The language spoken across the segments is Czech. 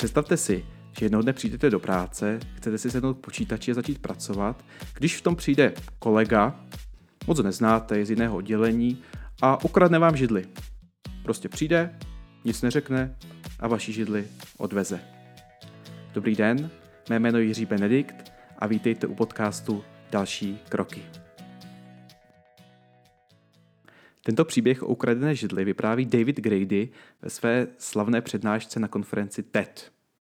Představte si, že jednoho dne přijdete do práce, chcete si sednout k počítači a začít pracovat, když v tom přijde kolega, moc neznáte, je z jiného oddělení a ukradne vám židli. Prostě přijde, nic neřekne a vaši židli odveze. Dobrý den, mé jméno je Jiří Benedikt a vítejte u podcastu Další kroky. Tento příběh o ukradené židli vypráví David Grady ve své slavné přednášce na konferenci TED.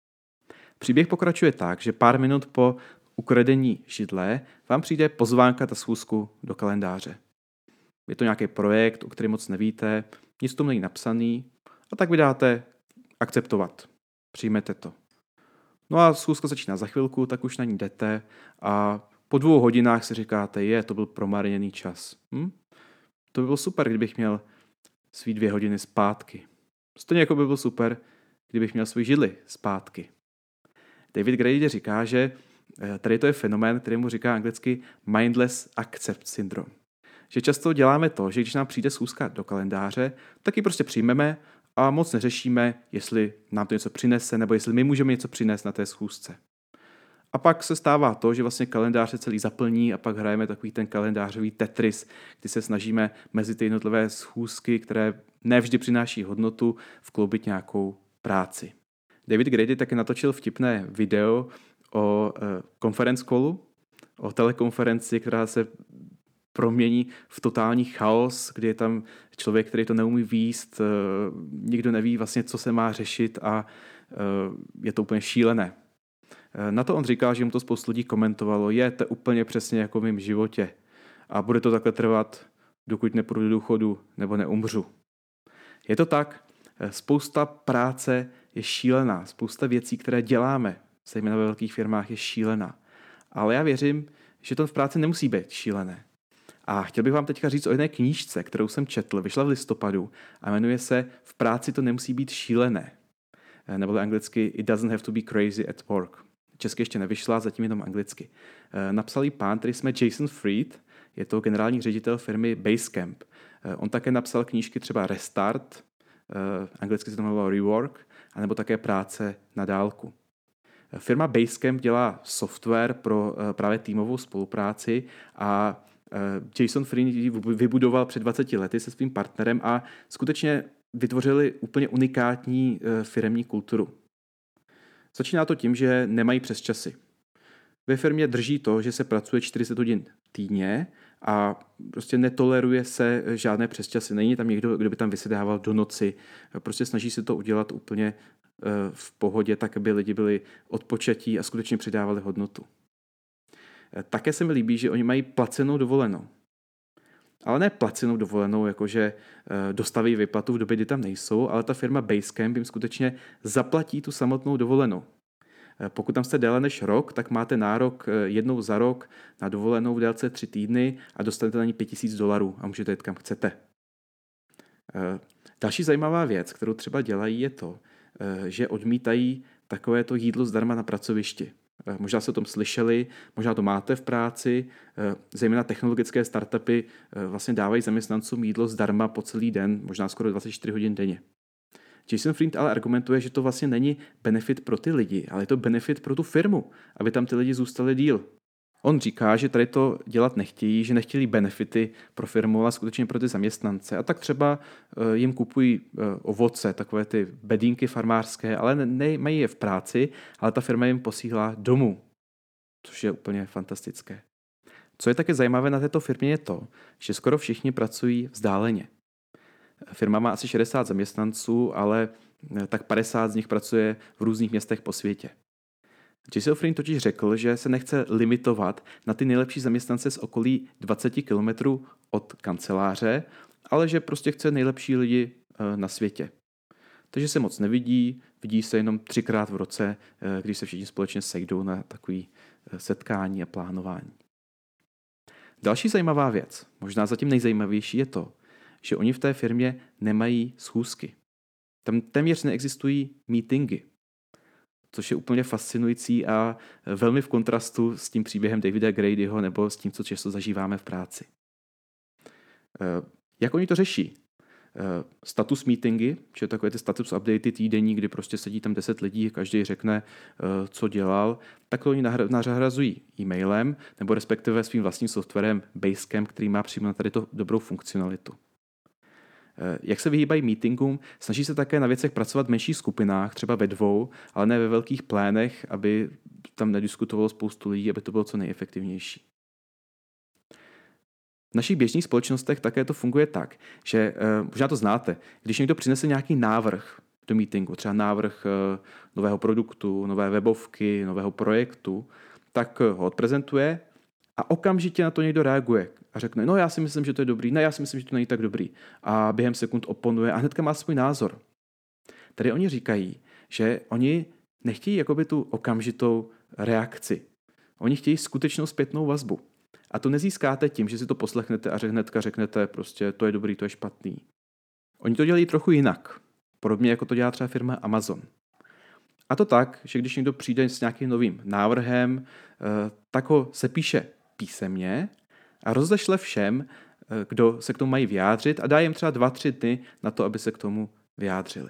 Příběh pokračuje tak, že pár minut po ukradení židle vám přijde pozvánka na schůzku do kalendáře. Je to nějaký projekt, o kterém moc nevíte, nic tomu není napsaný a tak vydáte akceptovat. Přijmete to. No a schůzka začíná za chvilku, tak už na ní jdete a po 2 hodinách si říkáte, to byl promarněný čas. To by bylo super, kdybych měl svý 2 hodiny zpátky. Stejně jako by bylo super, kdybych měl svůj židli zpátky. David Grady říká, že tady to je fenomén, kterému říká anglicky mindless accept syndrome. Že často děláme to, že když nám přijde schůzka do kalendáře, tak ji prostě přijmeme a moc neřešíme, jestli nám to něco přinese, nebo jestli my můžeme něco přinést na té schůzce. A pak se stává to, že vlastně kalendář se celý zaplní a pak hrajeme takový ten kalendářový Tetris, kdy se snažíme mezi ty jednotlivé schůzky, které nevždy přináší hodnotu, vkloubit nějakou práci. David Grady také natočil vtipné video o conference callu, o telekonferenci, která se promění v totální chaos, kdy je tam člověk, který to neumí vést, nikdo neví vlastně, co se má řešit a je to úplně šílené. Na to on říkal, že mu to spoustu lidí komentovalo, to úplně přesně jako v mém životě a bude to takhle trvat, dokud nepůjdu do důchodu nebo neumřu. Je to tak, spousta práce je šílená, spousta věcí, které děláme, zejména ve velkých firmách, je šílená. Ale já věřím, že to v práci nemusí být šílené. A chtěl bych vám teďka říct o jedné knížce, kterou jsem četl, vyšla v listopadu a jmenuje se V práci to nemusí být šílené. Nebo anglicky It doesn't have to be crazy at work. Česky ještě nevyšla, zatím jenom anglicky. Napsal ji pán, který jsme Jason Fried, je to generální ředitel firmy Basecamp. On také napsal knížky třeba Restart, anglicky se to jmenovalo Rework, anebo také Práce na dálku. Firma Basecamp dělá software pro právě týmovou spolupráci a Jason Fried ji vybudoval před 20 lety se svým partnerem a skutečně vytvořili úplně unikátní firemní kulturu. Začíná to tím, že nemají přesčasy. Ve firmě drží to, že se pracuje 40 hodin týdně a prostě netoleruje se žádné přesčasy. Není tam někdo, kdo by tam vysedával do noci. Prostě snaží se to udělat úplně v pohodě, tak aby lidi byli odpočatí a skutečně přidávali hodnotu. Také se mi líbí, že oni mají placenou dovolenou. Ale ne placenou dovolenou, jakože dostaví výplatu v době, kdy tam nejsou, ale ta firma Basecamp jim skutečně zaplatí tu samotnou dovolenou. Pokud tam jste déle než rok, tak máte nárok jednou za rok na dovolenou v délce 3 týdny a dostanete na ní $5,000 a můžete jít kam chcete. Další zajímavá věc, kterou třeba dělají, je to, že odmítají takovéto jídlo zdarma na pracovišti. Možná jste o tom slyšeli, možná to máte v práci, zejména technologické startupy vlastně dávají zaměstnancům jídlo zdarma po celý den, možná skoro 24 hodin denně. Jason Fried ale argumentuje, že to vlastně není benefit pro ty lidi, ale je to benefit pro tu firmu, aby tam ty lidi zůstali díl. On říká, že tady to dělat nechtějí, že nechtějí benefity pro firmu, ale skutečně pro ty zaměstnance. A tak třeba jim kupují ovoce, takové ty bedínky farmářské, ale nemají je v práci, ale ta firma jim posílá domů, což je úplně fantastické. Co je také zajímavé na této firmě je to, že skoro všichni pracují vzdáleně. Firma má asi 60 zaměstnanců, ale tak 50 z nich pracuje v různých městech po světě. Jason Fried totiž řekl, že se nechce limitovat na ty nejlepší zaměstnance z okolí 20 km od kanceláře, ale že prostě chce nejlepší lidi na světě. Takže se moc nevidí, vidí se jenom 3krát v roce, když se všichni společně sejdou na takové setkání a plánování. Další zajímavá věc, možná zatím nejzajímavější, je to, že oni v té firmě nemají schůzky. Tam téměř neexistují meetingy, což je úplně fascinující a velmi v kontrastu s tím příběhem Davida Gradyho nebo s tím, co často zažíváme v práci. Jak oni to řeší? status meetingy, či takové ty status updaty týdenní, kdy prostě sedí tam 10 lidí, každý řekne, co dělal, tak to oni nahrazují e-mailem, nebo respektive svým vlastním softwarem Basecamp, který má přímo na tady to dobrou funkcionalitu. Jak se vyhýbají meetingům, snaží se také na věcech pracovat v menších skupinách, třeba ve 2, ale ne ve velkých plénech, aby tam nediskutovalo spoustu lidí, aby to bylo co nejefektivnější. V našich běžných společnostech také to funguje tak, že možná to znáte, když někdo přinese nějaký návrh do meetingu, třeba návrh nového produktu, nové webovky, nového projektu, tak ho odprezentuje a okamžitě na to někdo reaguje a řekne, no já si myslím, že to je dobrý, ne, já si myslím, že to není tak dobrý. A během sekund oponuje a hnedka má svůj názor. Tady oni říkají, že oni nechtějí jakoby tu okamžitou reakci. Oni chtějí skutečnou zpětnou vazbu. A to nezískáte tím, že si to poslechnete a hnedka řeknete prostě to je dobrý, to je špatný. Oni to dělají trochu jinak. Podobně jako to dělá třeba firma Amazon. A to tak, že když někdo přijde s nějakým novým návrhem, tak ho sepíše písemně a rozešle všem, kdo se k tomu mají vyjádřit a dá jim třeba 2-3 dny na to, aby se k tomu vyjádřili.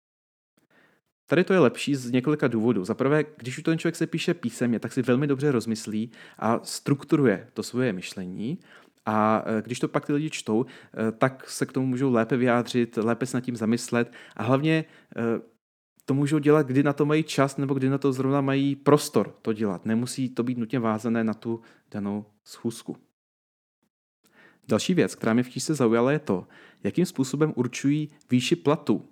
Tady to je lepší z několika důvodů. Za prvé, když už ten člověk se píše písemně, tak si velmi dobře rozmyslí a strukturuje to svoje myšlení. A když to pak ty lidi čtou, tak se k tomu můžou lépe vyjádřit, lépe se nad tím zamyslet a hlavně to můžou dělat, kdy na to mají čas nebo kdy na to zrovna mají prostor to dělat. Nemusí to být nutně vázané na tu danou schůzku. Další věc, která mě v knížce zaujala, je to, jakým způsobem určují výši platu.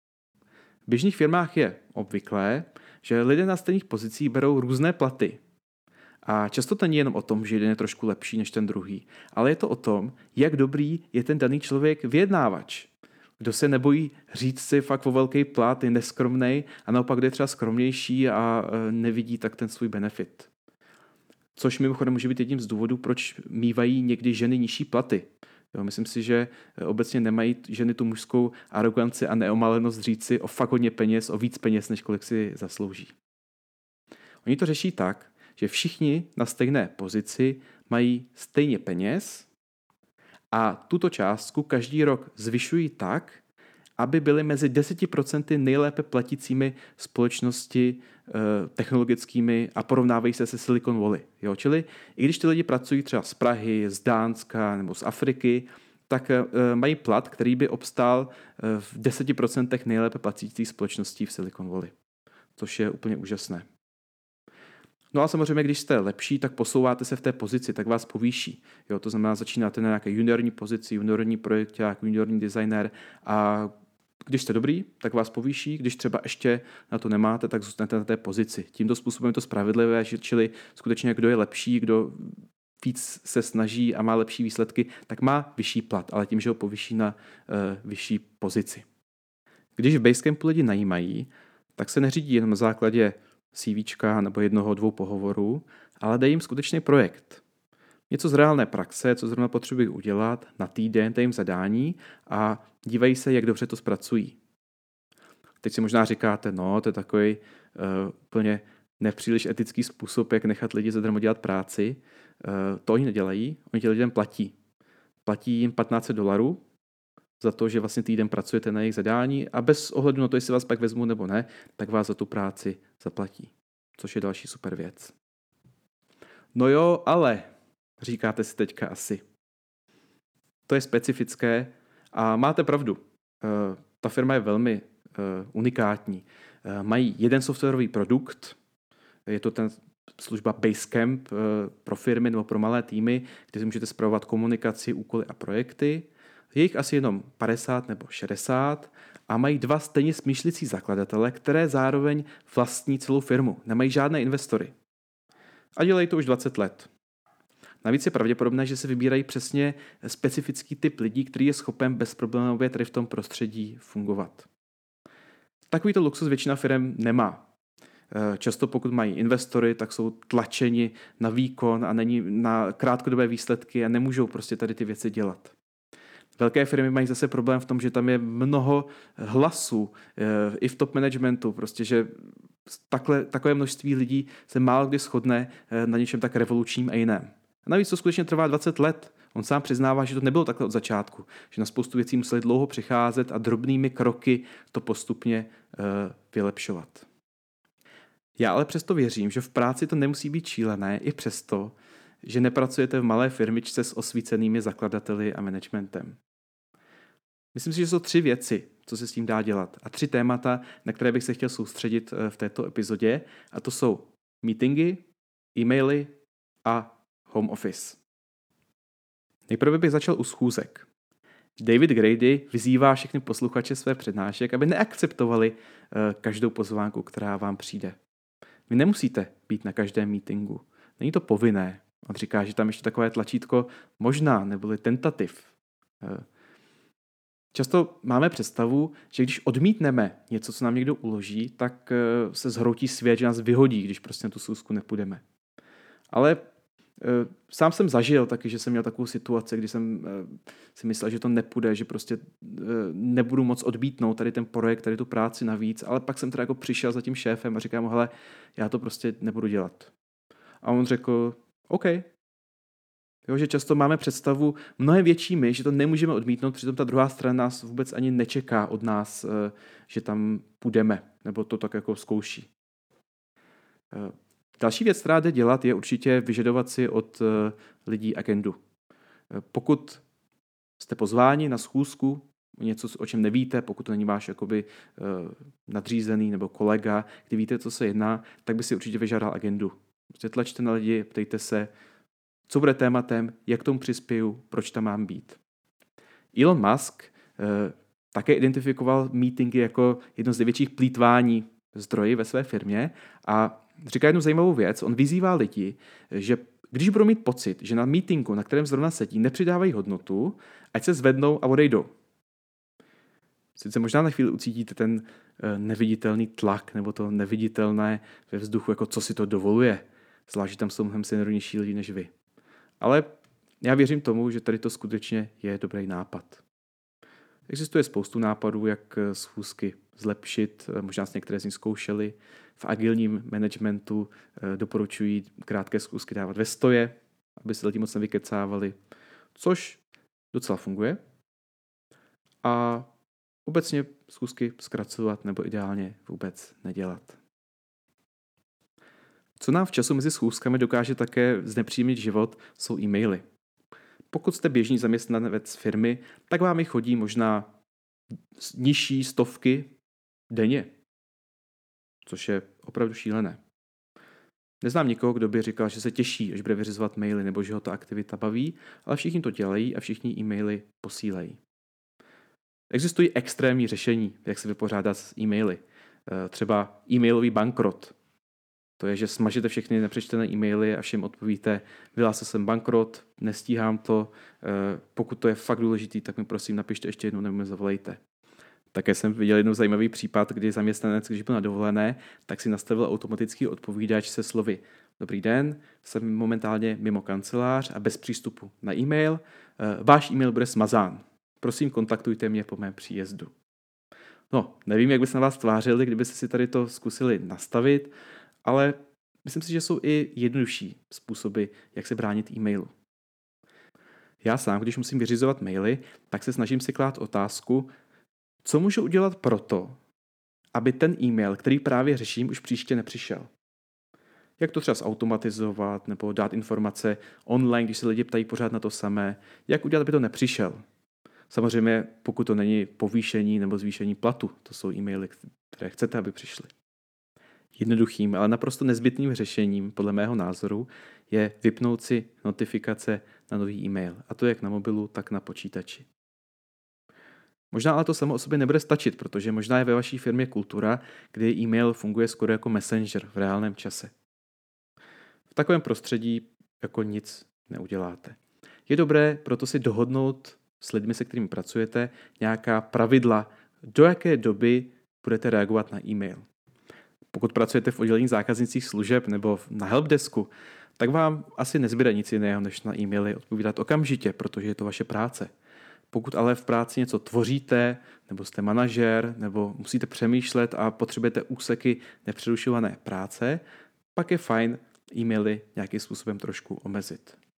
V běžných firmách je obvyklé, že lidé na stejných pozicích berou různé platy. A často to není jenom o tom, že jeden je trošku lepší než ten druhý, ale je to o tom, jak dobrý je ten daný člověk vyjednávač. Kdo se nebojí říct si fakt o velký plat, je neskromnej a naopak kdo je třeba skromnější a nevidí tak ten svůj benefit. Což mimochodem může být jedním z důvodů, proč mívají někdy ženy nižší platy. Jo, myslím si, že obecně nemají ženy tu mužskou aroganci a neomalenost říct si o fakt hodně peněz, o víc peněz, než kolik si zaslouží. Oni to řeší tak, že všichni na stejné pozici mají stejně peněz a tuto částku každý rok zvyšují tak, aby byly mezi 10% nejlépe platícími společnosti technologickými a porovnávají se Silicon Valley. Jo? Čili i když ty lidi pracují třeba z Prahy, z Dánska nebo z Afriky, tak mají plat, který by obstál v 10% nejlépe platících společností v Silicon Valley. Což je úplně úžasné. No a samozřejmě, když jste lepší, tak posouváte se v té pozici, tak vás povýší. Jo, to znamená, začínáte na nějaké juniorní pozici, juniorní projekták, juniorní designer a když jste dobrý, tak vás povýší, když třeba ještě na to nemáte, tak zůstanete na té pozici. Tímto způsobem je to spravedlivé, čili skutečně kdo je lepší, kdo víc se snaží a má lepší výsledky, tak má vyšší plat, ale tím, že ho povýší na vyšší pozici. Když v Basecampu lidi najímají, tak se neřídí jenom na základě CVčka nebo 1-2 pohovorů, ale dají jim skutečný projekt. Něco z reálné praxe, co zrovna potřebují udělat na týden, dají jim zadání a dívají se, jak dobře to zpracují. Teď si možná říkáte, no, to je takový úplně nepříliš etický způsob, jak nechat lidi zadarmo dělat práci. To oni nedělají, oni těm lidem platí. Platí jim $1500 za to, že vlastně týden pracujete na jejich zadání a bez ohledu na to, jestli vás pak vezmu nebo ne, tak vás za tu práci zaplatí. Což je další super věc. No jo, ale, říkáte si teďka asi. To je specifické a máte pravdu. Ta firma je velmi unikátní. Mají jeden softwarový produkt, je to ten služba Basecamp pro firmy nebo pro malé týmy, kde si můžete spravovat komunikaci, úkoly a projekty. Je jich asi jenom 50 nebo 60 a mají 2 stejně smýšlící zakladatele, které zároveň vlastní celou firmu. Nemají žádné investory. A dělají to už 20 let. Navíc je pravděpodobné, že se vybírají přesně specifický typ lidí, který je schopen bezproblémově tady v tom prostředí fungovat. Takovýto luxus většina firm nemá. Často pokud mají investory, tak jsou tlačeni na výkon a není na krátkodobé výsledky a nemůžou prostě tady ty věci dělat. Velké firmy mají zase problém v tom, že tam je mnoho hlasů i v top managementu, prostě, že takové množství lidí se málo kdy shodne na něčem tak revolučním a jiném. A navíc to skutečně trvá 20 let. On sám přiznává, že to nebylo takhle od začátku, že na spoustu věcí museli dlouho přicházet a drobnými kroky to postupně vylepšovat. Já ale přesto věřím, že v práci to nemusí být šílené i přesto, že nepracujete v malé firmičce s osvícenými zakladateli a managementem. Myslím si, že jsou 3 věci, co se s tím dá dělat a 3 témata, na které bych se chtěl soustředit v této epizodě, a to jsou meetingy, e-maily a home office. Nejprve bych začal u schůzek. David Grady vyzývá všechny posluchače své přednášek, aby neakceptovali každou pozvánku, která vám přijde. Vy nemusíte být na každém meetingu. Není to povinné. On říká, že tam ještě takové tlačítko možná, neboli tentativ. Často máme představu, že když odmítneme něco, co nám někdo uloží, tak se zhroutí svět, že nás vyhodí, když prostě na tu schůzku nepůjdeme. Ale sám jsem zažil taky, že jsem měl takovou situaci, kdy jsem si myslel, že to nepůjde, že prostě nebudu moc odmítnout tady ten projekt, tady tu práci navíc, ale pak jsem teda jako přišel za tím šéfem a říkám mu, hele, já to prostě nebudu dělat. A on řekl, OK. Jo, že často máme představu mnohem větší my, že to nemůžeme odmítnout, přitom ta druhá strana nás vůbec ani nečeká od nás, že tam půjdeme, nebo to tak jako zkouší. Další věc, která jde dělat, je určitě vyžadovat si od lidí agendu. Pokud jste pozváni na schůzku, něco, o čem nevíte, pokud to není váš jakoby nadřízený nebo kolega, kdy víte, co se jedná, tak by si určitě vyžádal agendu. Prostě tlačte na lidi, ptejte se, co bude tématem, jak tomu přispěju, proč tam mám být. Elon Musk také identifikoval meetingy jako jedno z největších plýtvání zdroji ve své firmě a říká jednu zajímavou věc. On vyzývá lidi, že když budou mít pocit, že na meetingu, na kterém zrovna sedí, nepřidávají hodnotu, ať se zvednou a odejdou. Sice možná na chvíli ucítíte ten neviditelný tlak nebo to neviditelné ve vzduchu, jako co si to dovoluje. Zvlášť, že tam jsou mnohem seniornější lidi než vy. Ale já věřím tomu, že tady to skutečně je dobrý nápad. Existuje spoustu nápadů, jak schůzky zlepšit, možná s některé z nich zkoušeli. V agilním managementu doporučují krátké schůzky dávat ve stoje, aby se lidi moc nevykecávali, což docela funguje. A obecně schůzky zkracovat nebo ideálně vůbec nedělat. Co nám v času mezi schůzkami dokáže také znepříjemnit život, jsou e-maily. Pokud jste běžný zaměstnanec firmy, tak vám jich chodí možná nižší stovky denně, což je opravdu šílené. Neznám nikoho, kdo by říkal, že se těší, až bude vyřizovat maily nebo že ho ta aktivita baví, ale všichni to dělají a všichni e-maily posílají. Existují extrémní řešení, jak se vypořádat s e-maily. Třeba e-mailový bankrot. To je, že smažete všechny nepřečtené e-maily a všem odpovíte, vyhlásil jsem bankrot, nestíhám to, pokud to je fakt důležitý, tak mi prosím napište ještě jednou nebo mi zavolejte. Také jsem viděl jednou zajímavý případ, kdy zaměstnanec, když byl na dovolené, tak si nastavil automatický odpovídač se slovy: Dobrý den, jsem momentálně mimo kancelář a bez přístupu na e-mail. Váš e-mail bude smazán. Prosím, kontaktujte mě po mém příjezdu. No, nevím, jak by se na vás tvářili, kdybyste si tady to zkusili nastavit, ale myslím si, že jsou i jednodušší způsoby, jak se bránit e-mailu. Já sám, když musím vyřizovat maily, tak se snažím si klát otázku, co můžu udělat proto, aby ten e-mail, který právě řeším, už příště nepřišel. Jak to třeba zautomatizovat nebo dát informace online, když se lidi ptají pořád na to samé, jak udělat, aby to nepřišel. Samozřejmě, pokud to není povýšení nebo zvýšení platu, to jsou e-maily, které chcete, aby přišly. Jednoduchým, ale naprosto nezbytným řešením, podle mého názoru, je vypnout si notifikace na nový e-mail. A to jak na mobilu, tak na počítači. Možná ale to samo o sobě nebude stačit, protože možná je ve vaší firmě kultura, kdy e-mail funguje skoro jako messenger v reálném čase. V takovém prostředí jako nic neuděláte. Je dobré proto si dohodnout s lidmi, se kterými pracujete, nějaká pravidla, do jaké doby budete reagovat na e-mail. Pokud pracujete v oddělení zákaznických služeb nebo na helpdesku, tak vám asi nezbyde nic jiného, než na e-maily odpovídat okamžitě, protože je to vaše práce. Pokud ale v práci něco tvoříte, nebo jste manažer, nebo musíte přemýšlet a potřebujete úseky nepřerušované práce, pak je fajn e-maily nějakým způsobem trošku omezit.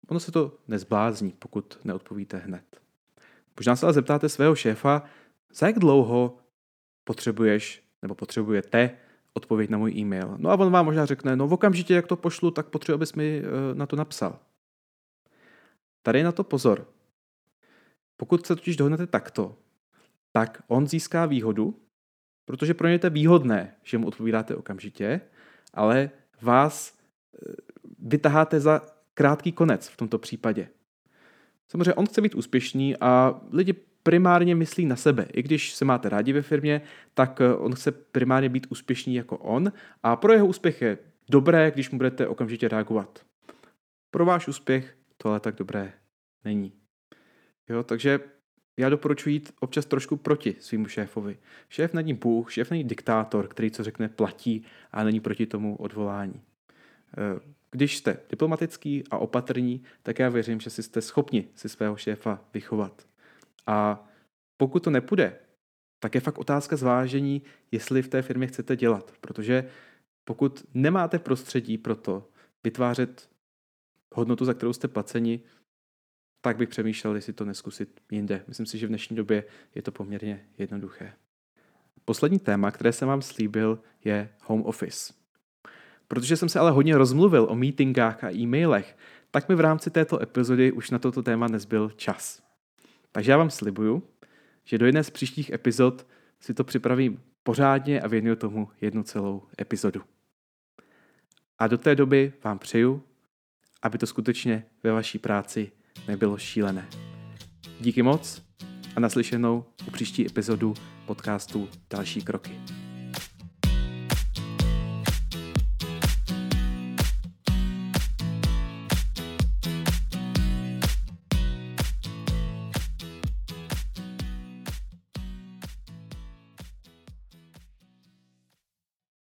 ono se to nezblázní, pokud neodpovíte hned. Možná se ale zeptáte svého šéfa, za jak dlouho potřebuješ nebo potřebujete odpověď na můj e-mail. No a on vám možná řekne, no okamžitě, jak to pošlu, tak potřebuji, abys mi na to napsal. Tady na to pozor. Pokud se totiž dohodnete takto, tak on získá výhodu, protože pro ně je výhodné, že mu odpovídáte okamžitě, ale vás vytaháte za krátký konec v tomto případě. Samozřejmě on chce být úspěšný a lidi primárně myslí na sebe. I když se máte rádi ve firmě, tak on chce primárně být úspěšný jako on a pro jeho úspěch je dobré, když mu budete okamžitě reagovat. Pro váš úspěch to ale tak dobré není. Jo, takže já doporučuji jít občas trošku proti svýmu šéfovi. Šéf není Bůh, šéf není diktátor, který co řekne platí a není proti tomu odvolání. Když jste diplomatický a opatrní, tak já věřím, že jste schopni si svého šéfa vychovat. A pokud to nepůjde, tak je fakt otázka zvážení, jestli v té firmě chcete dělat. Protože pokud nemáte prostředí pro to vytvářet hodnotu, za kterou jste placeni, tak bych přemýšlel, jestli to neskusit jinde. Myslím si, že v dnešní době je to poměrně jednoduché. Poslední téma, které jsem vám slíbil, je home office. Protože jsem se ale hodně rozmluvil o meetingách a e-mailech, tak mi v rámci této epizody už na toto téma nezbyl čas. Takže já vám slibuju, že do jedné z příštích epizod si to připravím pořádně a věnuju tomu jednu celou epizodu. A do té doby vám přeju, aby to skutečně ve vaší práci nebylo šílené. Díky moc a naslyšenou u příští epizodu podcastu Další kroky.